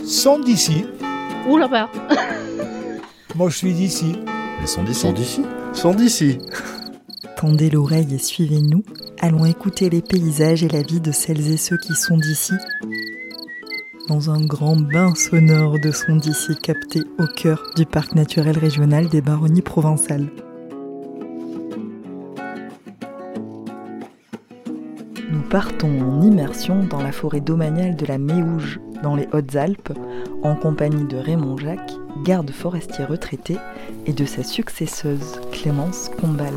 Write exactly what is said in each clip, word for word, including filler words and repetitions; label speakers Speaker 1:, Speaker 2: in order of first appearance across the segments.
Speaker 1: sont d'ici.
Speaker 2: Ouh là-bas.
Speaker 1: Moi, je suis d'ici.
Speaker 3: Ils sont d'ici. Sont d'ici. Sont d'ici.
Speaker 4: Tendez l'oreille et suivez-nous. Allons écouter les paysages et la vie de celles et ceux qui sont d'ici. Dans un grand bain sonore de sons d'ici capté au cœur du parc naturel régional des Baronnies provençales. Nous partons en immersion dans la forêt domaniale de la Méouge, dans les Hautes-Alpes, en compagnie de Raymond Jacques, garde forestier retraité, et de sa successeuse, Clémence Combal.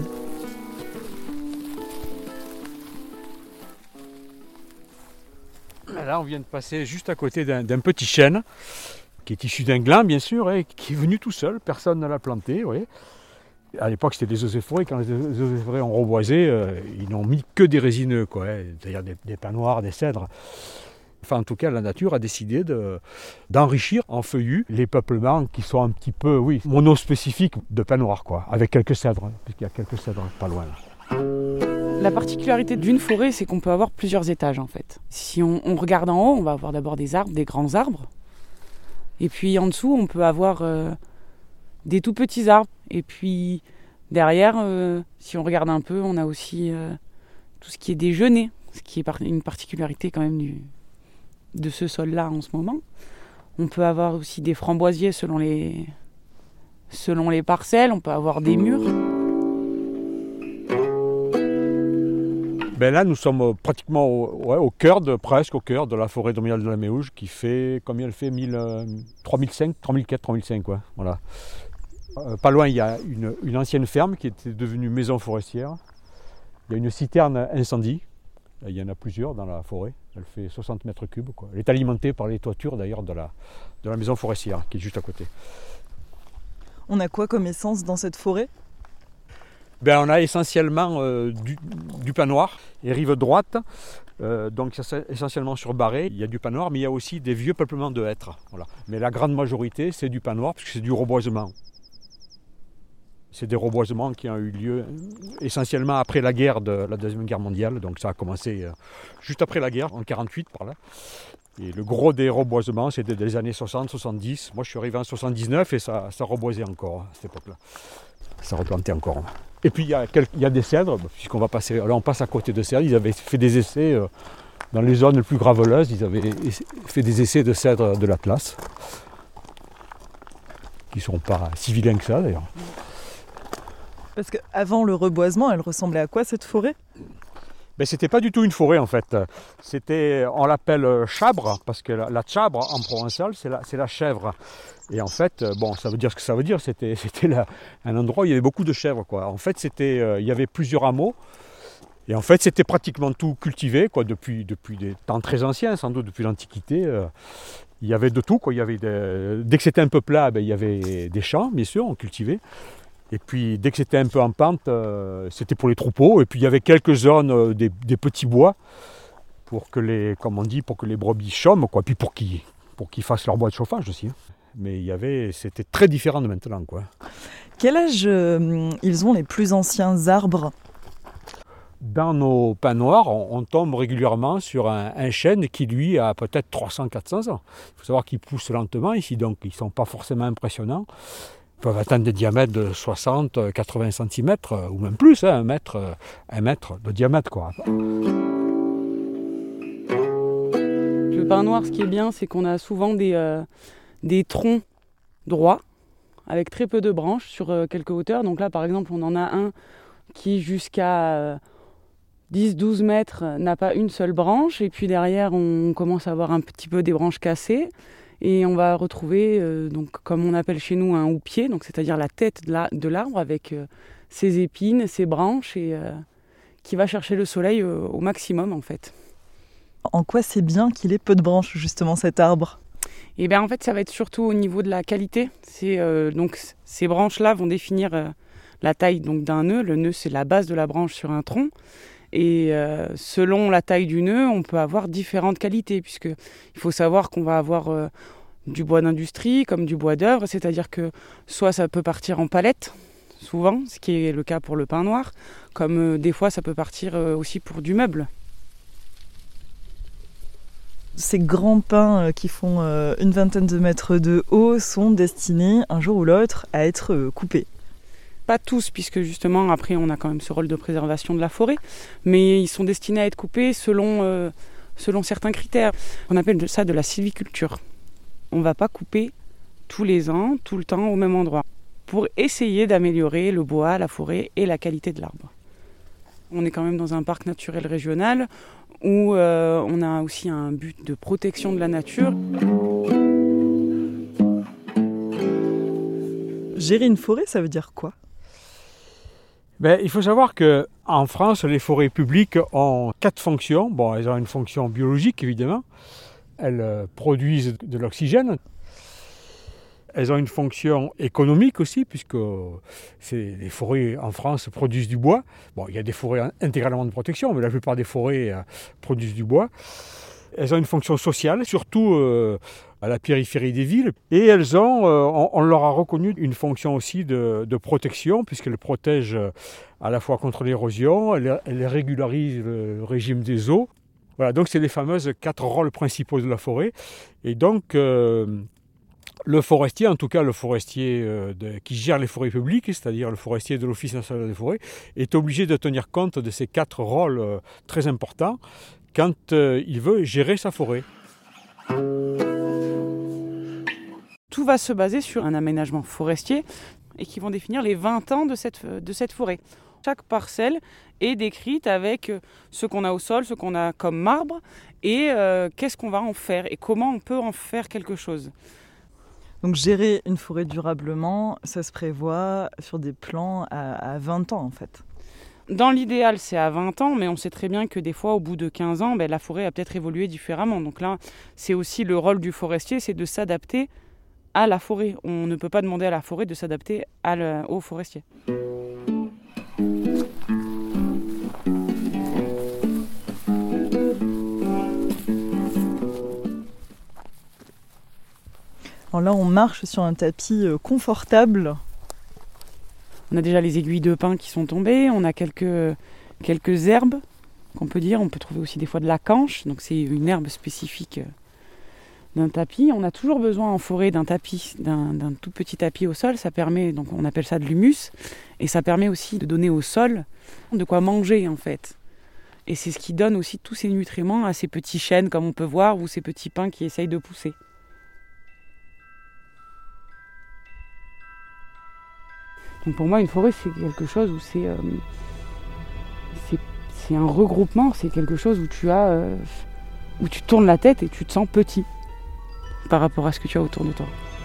Speaker 5: Là, on vient de passer juste à côté d'un, d'un petit chêne, qui est issu d'un gland, bien sûr, et qui est venu tout seul, personne ne l'a planté. Vous voyez. À l'époque, c'était des eaux-et-forêts. Quand les eaux-et-forêts ont reboisé, euh, ils n'ont mis que des résineux, quoi, hein, c'est-à-dire des, des pins noirs, des cèdres. Enfin, en tout cas, la nature a décidé de, d'enrichir en feuillus les peuplements qui sont un petit peu, oui, monospécifiques de pins noirs, quoi, avec quelques cèdres, hein, puisqu'il y a quelques cèdres pas loin. Là.
Speaker 6: La particularité d'une forêt, c'est qu'on peut avoir plusieurs étages, en fait. Si on, on regarde en haut, on va avoir d'abord des arbres, des grands arbres. Et puis en dessous, on peut avoir euh, des tout petits arbres. Et puis derrière, euh, si on regarde un peu, on a aussi euh, tout ce qui est des genêts, ce qui est par- une particularité quand même du, de ce sol-là en ce moment. On peut avoir aussi des framboisiers selon les, selon les parcelles, on peut avoir des mûres.
Speaker 5: Ben là, nous sommes pratiquement au, ouais, au cœur, de, presque au cœur de la forêt domaniale de la Méouge, qui fait, combien elle fait mille, euh, trois mille cinq, trois mille quatre, trois mille cinq, quoi. Voilà. Euh, pas loin, il y a une, une ancienne ferme qui était devenue maison forestière. Il y a une citerne incendie. Il y en a plusieurs dans la forêt. Elle fait soixante mètres cubes, quoi. Elle est alimentée par les toitures d'ailleurs de la, de la maison forestière qui est juste à côté.
Speaker 4: On a quoi comme essence dans cette forêt ?
Speaker 5: Ben, on a essentiellement euh, du, du pin noir et rive droite, euh, donc ça, c'est essentiellement sur Barré. Il y a du pin noir, mais il y a aussi des vieux peuplements de hêtres. Voilà. Mais la grande majorité, c'est du pin noir, parce que c'est du reboisement. C'est des reboisements qui ont eu lieu essentiellement après la guerre de la Deuxième Guerre mondiale. Donc ça a commencé euh, juste après la guerre, en quarante-huit par là. Et le gros des reboisements, c'était des années soixante soixante-dix. Moi, je suis arrivé en soixante-dix-neuf et ça, ça reboisait encore à cette époque-là. Ça replantait encore. Et puis il y a, quelques, il y a des cèdres, puisqu'on va passer, là on passe à côté de cèdres. Ils avaient fait des essais euh, dans les zones les plus graveleuses. Ils avaient fait des essais de cèdres de l'Atlas, qui ne sont pas si vilains que ça d'ailleurs.
Speaker 4: Parce qu'avant le reboisement, elle ressemblait à quoi cette forêt ?
Speaker 5: Ben, c'était pas du tout une forêt en fait. C'était, on l'appelle chabre, parce que la, la chabre en provençal, c'est la, c'est la chèvre. Et en fait, bon, ça veut dire ce que ça veut dire, c'était, c'était la, un endroit où il y avait beaucoup de chèvres, quoi. En fait, c'était, euh, il y avait plusieurs hameaux, et en fait, c'était pratiquement tout cultivé, quoi, depuis, depuis des temps très anciens, sans doute depuis l'Antiquité. Euh, il y avait de tout, quoi. Il y avait des, dès que c'était un peu plat, ben, il y avait des champs, bien sûr, on cultivait. Et puis, dès que c'était un peu en pente, euh, c'était pour les troupeaux. Et puis, il y avait quelques zones, euh, des, des petits bois, pour que les, comme on dit, pour que les brebis chôment, quoi. Puis pour qu'ils, pour qu'ils fassent leur bois de chauffage aussi, hein. Mais il y avait, c'était très différent de maintenant, quoi.
Speaker 4: Quel âge euh, ils ont les plus anciens arbres ?
Speaker 5: Dans nos pins noirs, on, on tombe régulièrement sur un, un chêne qui, lui, a peut-être trois cents à quatre cents ans. Il faut savoir qu'ils poussent lentement ici, donc ils ne sont pas forcément impressionnants. Ils peuvent atteindre des diamètres de soixante à quatre-vingts centimètres, ou même plus, hein, un, mètre, un mètre de diamètre, quoi.
Speaker 6: Le pin noir, ce qui est bien, c'est qu'on a souvent des, euh, des troncs droits, avec très peu de branches sur euh, quelques hauteurs. Donc là, par exemple, on en a un qui, jusqu'à euh, dix à douze mètres, n'a pas une seule branche. Et puis derrière, on commence à avoir un petit peu des branches cassées. Et on va retrouver, euh, donc, comme on appelle chez nous, un houppier, donc, c'est-à-dire la tête de, la, de l'arbre avec euh, ses épines, ses branches, et euh, qui va chercher le soleil euh, au maximum, en fait.
Speaker 4: En quoi c'est bien qu'il ait peu de branches, justement, cet arbre ?
Speaker 6: Et bien, en fait, ça va être surtout au niveau de la qualité. C'est, euh, donc, ces branches-là vont définir euh, la taille donc, d'un nœud. Le nœud, c'est la base de la branche sur un tronc. Et euh, selon la taille du nœud, on peut avoir différentes qualités, puisqu'il faut savoir qu'on va avoir euh, du bois d'industrie comme du bois d'œuvre, c'est-à-dire que soit ça peut partir en palette, souvent, ce qui est le cas pour le pin noir, comme euh, des fois ça peut partir euh, aussi pour du meuble.
Speaker 4: ces grands pins qui font une vingtaine de mètres de haut sont destinés un jour ou l'autre à être coupés.
Speaker 6: Pas tous, puisque justement après on a quand même ce rôle de préservation de la forêt, mais ils sont destinés à être coupés selon, euh, selon certains critères. On appelle ça de la sylviculture. On ne va pas couper tous les ans, tout le temps au même endroit, pour essayer d'améliorer le bois, la forêt et la qualité de l'arbre. On est quand même dans un parc naturel régional où euh, on a aussi un but de protection de la nature.
Speaker 4: Gérer une forêt, ça veut dire quoi ?
Speaker 5: Ben, il faut savoir qu'en France, les forêts publiques ont quatre fonctions. Bon, elles ont une fonction biologique, évidemment. Elles euh, produisent de l'oxygène. Elles ont une fonction économique aussi, puisque c'est, les forêts en France produisent du bois. Bon, il y a des forêts intégralement de protection, mais la plupart des forêts euh, produisent du bois. Elles ont une fonction sociale, surtout euh, à la périphérie des villes. Et elles ont, euh, on, on leur a reconnu une fonction aussi de, de protection, puisqu'elles protègent à la fois contre l'érosion, elles, elles régularisent le régime des eaux. Voilà, donc c'est les fameuses quatre rôles principaux de la forêt. Et donc, euh, le forestier, en tout cas le forestier euh, de, qui gère les forêts publiques, c'est-à-dire le forestier de l'Office national des forêts, est obligé de tenir compte de ces quatre rôles euh, très importants quand euh, il veut gérer sa forêt.
Speaker 6: Tout va se baser sur un aménagement forestier et qui vont définir les vingt ans de cette, de cette forêt. Chaque parcelle est décrite avec ce qu'on a au sol, ce qu'on a comme marbre et euh, qu'est-ce qu'on va en faire et comment on peut en faire quelque chose.
Speaker 4: Donc gérer une forêt durablement, ça se prévoit sur des plans à, à vingt ans en fait.
Speaker 6: Dans l'idéal, c'est à vingt ans, mais on sait très bien que des fois, au bout de quinze ans, ben, la forêt a peut-être évolué différemment. Donc là, c'est aussi le rôle du forestier, c'est de s'adapter à la forêt. On ne peut pas demander à la forêt de s'adapter à le, au forestier.
Speaker 4: Alors là, on marche sur un tapis confortable.
Speaker 6: On a déjà les aiguilles de pin qui sont tombées, on a quelques, quelques herbes qu'on peut dire. On peut trouver aussi des fois de la canche, donc c'est une herbe spécifique d'un tapis. On a toujours besoin en forêt d'un tapis, d'un, d'un tout petit tapis au sol. Ça permet, donc on appelle ça de l'humus, et ça permet aussi de donner au sol de quoi manger en fait. Et c'est ce qui donne aussi tous ces nutriments à ces petits chênes comme on peut voir ou ces petits pins qui essayent de pousser. Donc pour moi, une forêt, c'est quelque chose où c'est, euh, c'est, c'est un regroupement, c'est quelque chose où tu as, euh, où tu tournes la tête et tu te sens petit par rapport à ce que tu as autour de toi.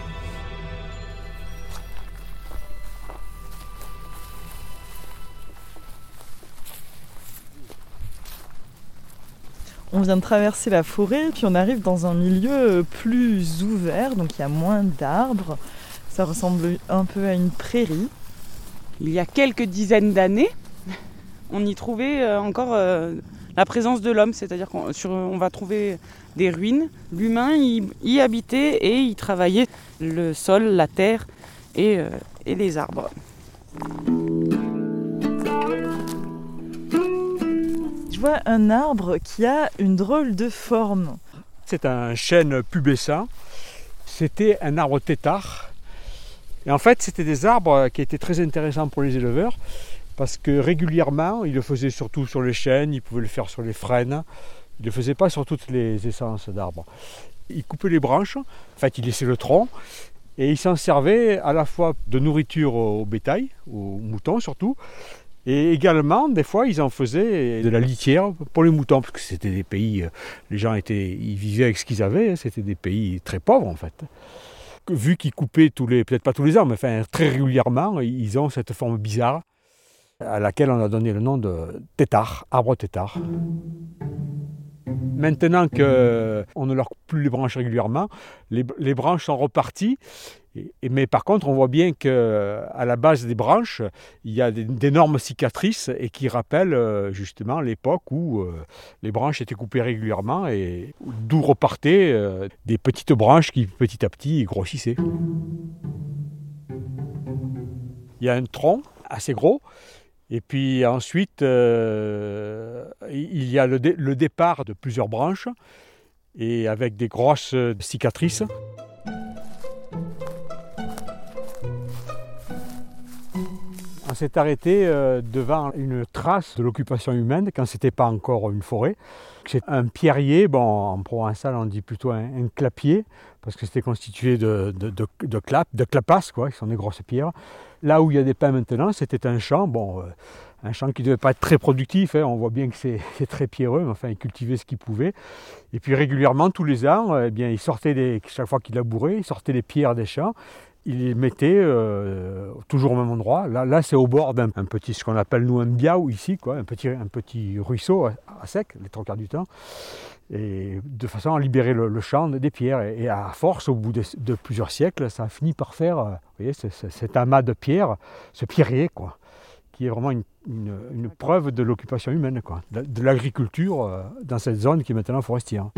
Speaker 4: On vient de traverser la forêt, puis on arrive dans un milieu plus ouvert, donc il y a moins d'arbres. Ça ressemble un peu à une prairie.
Speaker 6: Il y a quelques dizaines d'années, on y trouvait encore la présence de l'homme, c'est-à-dire qu'on sur, on va trouver des ruines. L'humain y, y habitait et y travaillait le sol, la terre et, euh, et les arbres.
Speaker 4: Je vois un arbre qui a une drôle de forme.
Speaker 5: C'est un chêne pubescent. C'était un arbre tétard. Et en fait, c'était des arbres qui étaient très intéressants pour les éleveurs parce que régulièrement, ils le faisaient surtout sur les chênes, ils pouvaient le faire sur les frênes. Ils ne le faisaient pas sur toutes les essences d'arbres. Ils coupaient les branches, en fait, ils laissaient le tronc et ils s'en servaient à la fois de nourriture au bétail, aux moutons surtout, et également, des fois, ils en faisaient de la litière pour les moutons, parce que c'était des pays, les gens étaient, ils vivaient avec ce qu'ils avaient, c'était des pays très pauvres en fait. Vu qu'ils coupaient tous les, peut-être pas tous les ans, mais enfin très régulièrement, ils ont cette forme bizarre à laquelle on a donné le nom de tétard, arbre tétard. Maintenant qu'on ne leur coupe plus les branches régulièrement, les, les branches sont reparties, et, mais par contre on voit bien qu'à la base des branches, il y a d'énormes cicatrices et qui rappellent justement l'époque où euh, les branches étaient coupées régulièrement et d'où repartaient euh, des petites branches qui petit à petit grossissaient. Il y a un tronc assez gros. Et puis ensuite, euh, il y a le, dé- le départ de plusieurs branches. et avec des grosses cicatrices. On s'est arrêté euh, devant une trace de l'occupation humaine quand c'était pas encore une forêt. C'est un pierrier, bon en provençal on dit plutôt un, un clapier, parce que c'était constitué de, de, de, de clap, de clapasses, quoi, qui sont des grosses pierres. Là où il y a des pins maintenant, c'était un champ, bon, euh, un champ qui ne devait pas être très productif, hein, on voit bien que c'est, c'est très pierreux, mais enfin il cultivait ce qu'il pouvait. Et puis régulièrement, tous les ans, eh bien, il sortait des, chaque fois qu'il labourait, il sortait les pierres des champs. Il les mettait euh, toujours au même endroit. Là, là c'est au bord d'un un petit, ce qu'on appelle nous un biaou ici, quoi, un, petit, un petit ruisseau à, à sec, les trois quarts du temps, et de façon à libérer le, le champ des pierres. Et, et à force, au bout de, de plusieurs siècles, ça a fini par faire, euh, vous voyez, c'est, c'est, cet amas de pierres, ce pierrier, quoi, qui est vraiment une, une, une preuve de l'occupation humaine, quoi, de, de l'agriculture euh, dans cette zone qui est maintenant forestière.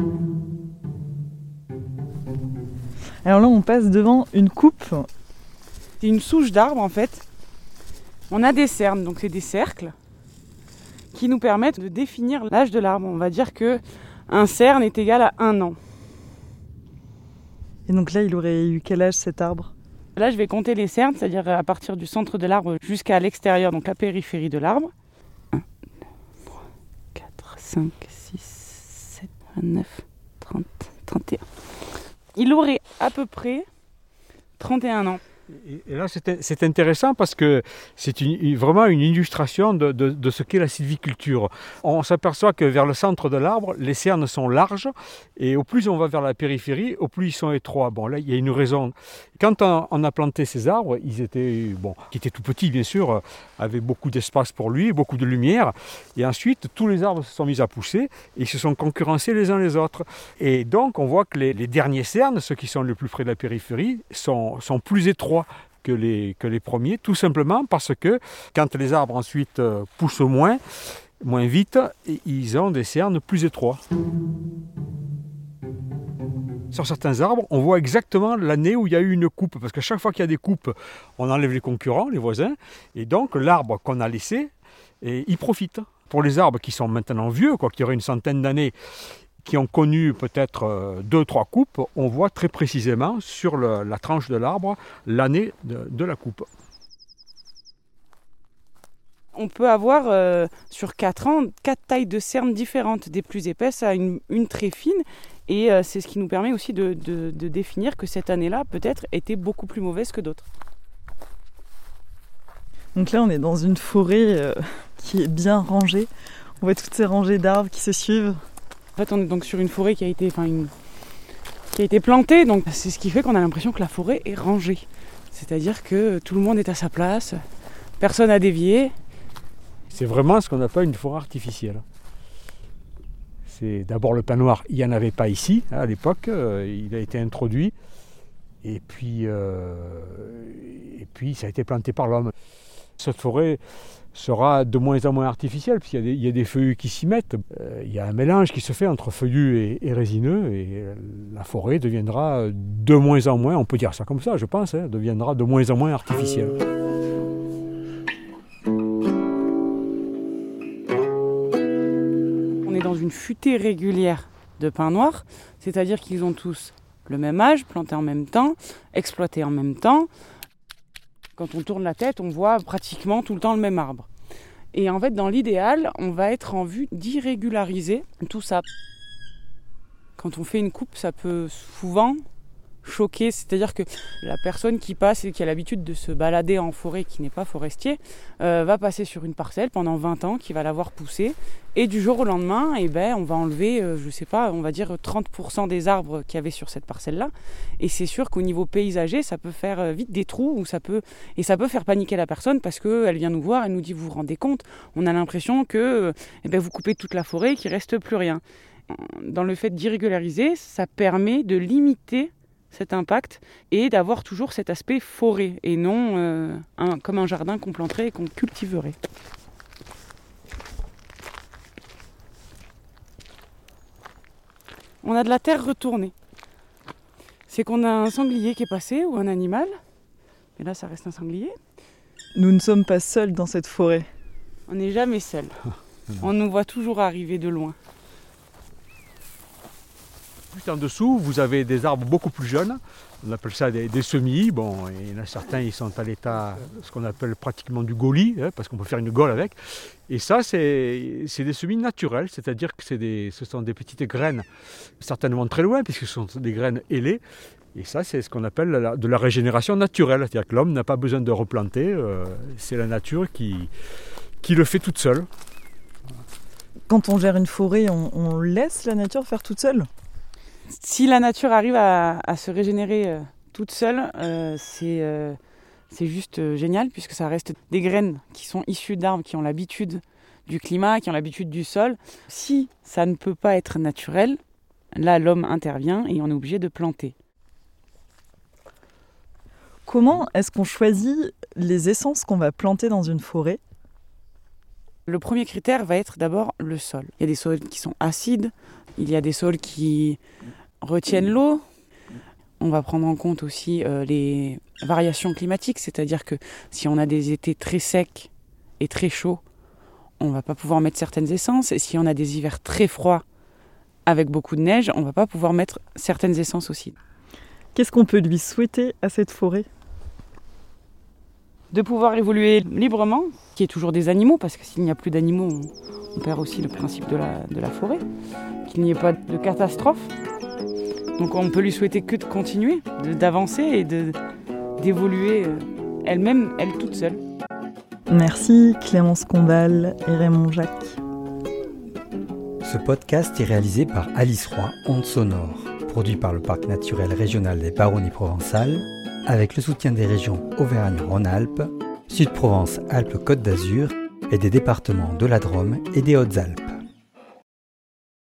Speaker 4: Alors là, on passe devant une coupe.
Speaker 6: C'est une souche d'arbre en fait. On a des cernes, donc c'est des cercles qui nous permettent de définir l'âge de l'arbre. On va dire qu'un cerne est égal à un an.
Speaker 4: Et donc là, il aurait eu quel âge cet arbre ?
Speaker 6: Là, je vais compter les cernes, c'est-à-dire à partir du centre de l'arbre jusqu'à l'extérieur, donc la périphérie de l'arbre. un, deux, trois, quatre, cinq, six, sept, vingt-neuf, trente, trente et un. Il aurait à peu près trente et un ans.
Speaker 5: Et là, c'est, c'est intéressant parce que c'est une, vraiment une illustration de, de, de ce qu'est la sylviculture. On s'aperçoit que vers le centre de l'arbre, les cernes sont larges et au plus on va vers la périphérie, au plus ils sont étroits. Bon, là, il y a une raison. Quand on, on a planté ces arbres, ils étaient, bon, qui étaient tout petits, bien sûr, avaient beaucoup d'espace pour lui, beaucoup de lumière. Et ensuite, tous les arbres se sont mis à pousser et ils se sont concurrencés les uns les autres. Et donc, on voit que les, les derniers cernes, ceux qui sont le plus près de la périphérie, sont, sont plus étroits que les, que les premiers, tout simplement parce que quand les arbres ensuite euh, poussent moins, moins vite, ils ont des cernes plus étroits. Sur certains arbres, on voit exactement l'année où il y a eu une coupe, parce qu'à chaque fois qu'il y a des coupes, on enlève les concurrents, les voisins, et donc l'arbre qu'on a laissé, et il profite. Pour les arbres qui sont maintenant vieux, quoi, qui auraient une centaine d'années, qui ont connu peut-être euh, deux, trois coupes, on voit très précisément sur le, la tranche de l'arbre l'année de, de la coupe.
Speaker 6: On peut avoir euh, sur quatre ans, quatre tailles de cernes différentes, des plus épaisses à une, une très fine. Et euh, c'est ce qui nous permet aussi de, de, de définir que cette année-là, peut-être, était beaucoup plus mauvaise que d'autres.
Speaker 4: Donc là, on est dans une forêt euh, qui est bien rangée. On voit toutes ces rangées d'arbres qui se suivent.
Speaker 6: En fait, on est donc sur une forêt qui a été, enfin, une, qui a été plantée, donc c'est ce qui fait qu'on a l'impression que la forêt est rangée. C'est-à-dire que tout le monde est à sa place, personne n'a dévié.
Speaker 5: C'est vraiment ce qu'on appelle une forêt artificielle. C'est d'abord le pin noir, il n'y en avait pas ici, hein, à l'époque, euh, il a été introduit, et puis, euh, et puis ça a été planté par l'homme. Cette forêt sera de moins en moins artificielle, puisqu'il y a des, il y a des feuillus qui s'y mettent. Euh, il y a un mélange qui se fait entre feuillus et, et résineux, et la forêt deviendra de moins en moins, on peut dire ça comme ça, je pense, hein, deviendra de moins en moins artificielle.
Speaker 6: On est dans une futée régulière de pins noirs, c'est-à-dire qu'ils ont tous le même âge, plantés en même temps, exploités en même temps. Quand on tourne la tête, on voit pratiquement tout le temps le même arbre. Et en fait, dans l'idéal, on va être en vue d'irrégulariser tout ça. Quand on fait une coupe, ça peut souvent choquer, c'est-à-dire que la personne qui passe et qui a l'habitude de se balader en forêt, qui n'est pas forestier, euh, va passer sur une parcelle pendant vingt ans, qui va la voir pousser, et du jour au lendemain, eh ben, on va enlever, euh, je sais pas, on va dire trente pour cent des arbres qu'il y avait sur cette parcelle-là, et c'est sûr qu'au niveau paysager, ça peut faire euh, vite des trous, ou ça peut, et ça peut faire paniquer la personne, parce qu'elle vient nous voir, elle nous dit, vous vous rendez compte, on a l'impression que euh, eh ben, vous coupez toute la forêt et qu'il ne reste plus rien. Dans le fait d'irrégulariser, ça permet de limiter cet impact et d'avoir toujours cet aspect forêt et non euh, un, comme un jardin qu'on planterait et qu'on cultiverait. On a de la terre retournée. C'est qu'on a un sanglier qui est passé ou un animal, mais là ça reste un sanglier.
Speaker 4: Nous ne sommes pas seuls dans cette forêt.
Speaker 6: On n'est jamais seuls. On nous voit toujours arriver de loin.
Speaker 5: plus en dessous, vous avez des arbres beaucoup plus jeunes. On appelle ça des, des semis. Bon, il y en a certains, ils sont à l'état, ce qu'on appelle pratiquement du gaulis, hein, parce qu'on peut faire une gaule avec. Et ça, c'est, c'est des semis naturels, c'est-à-dire que c'est des, ce sont des petites graines, certainement très loin, puisque ce sont des graines ailées. Et ça, c'est ce qu'on appelle la, de la régénération naturelle. C'est-à-dire que l'homme n'a pas besoin de replanter, euh, c'est la nature qui, qui le fait toute seule.
Speaker 4: Quand on gère une forêt, on, on laisse la nature faire toute seule ?
Speaker 6: Si la nature arrive à, à se régénérer euh, toute seule, euh, c'est, euh, c'est juste euh, génial, puisque ça reste des graines qui sont issues d'arbres qui ont l'habitude du climat, qui ont l'habitude du sol. Si ça ne peut pas être naturel, là l'homme intervient et on est obligé de planter.
Speaker 4: Comment est-ce qu'on choisit les essences qu'on va planter dans une forêt ?
Speaker 6: Le premier critère va être d'abord le sol. Il y a des sols qui sont acides, il y a des sols qui retiennent l'eau. On va prendre en compte aussi euh, les variations climatiques, c'est-à-dire que si on a des étés très secs et très chauds, on ne va pas pouvoir mettre certaines essences. Et si on a des hivers très froids avec beaucoup de neige, on ne va pas pouvoir mettre certaines essences aussi.
Speaker 4: Qu'est-ce qu'on peut lui souhaiter à cette forêt ?
Speaker 6: De pouvoir évoluer librement, qu'il y ait toujours des animaux, parce que s'il n'y a plus d'animaux, on, on perd aussi le principe de la, de la forêt, qu'il n'y ait pas de catastrophe. Donc on peut lui souhaiter que de continuer, de, d'avancer et de, d'évoluer elle-même, elle toute seule.
Speaker 4: Merci Clémence Combal et Raymond Jacques.
Speaker 2: Ce podcast est réalisé par Alice Roy, Ondes Sonores, produit par le Parc naturel régional des Baronnies provençales, avec le soutien des régions Auvergne-Rhône-Alpes, Sud-Provence-Alpes-Côte d'Azur et des départements de la Drôme et des Hautes-Alpes.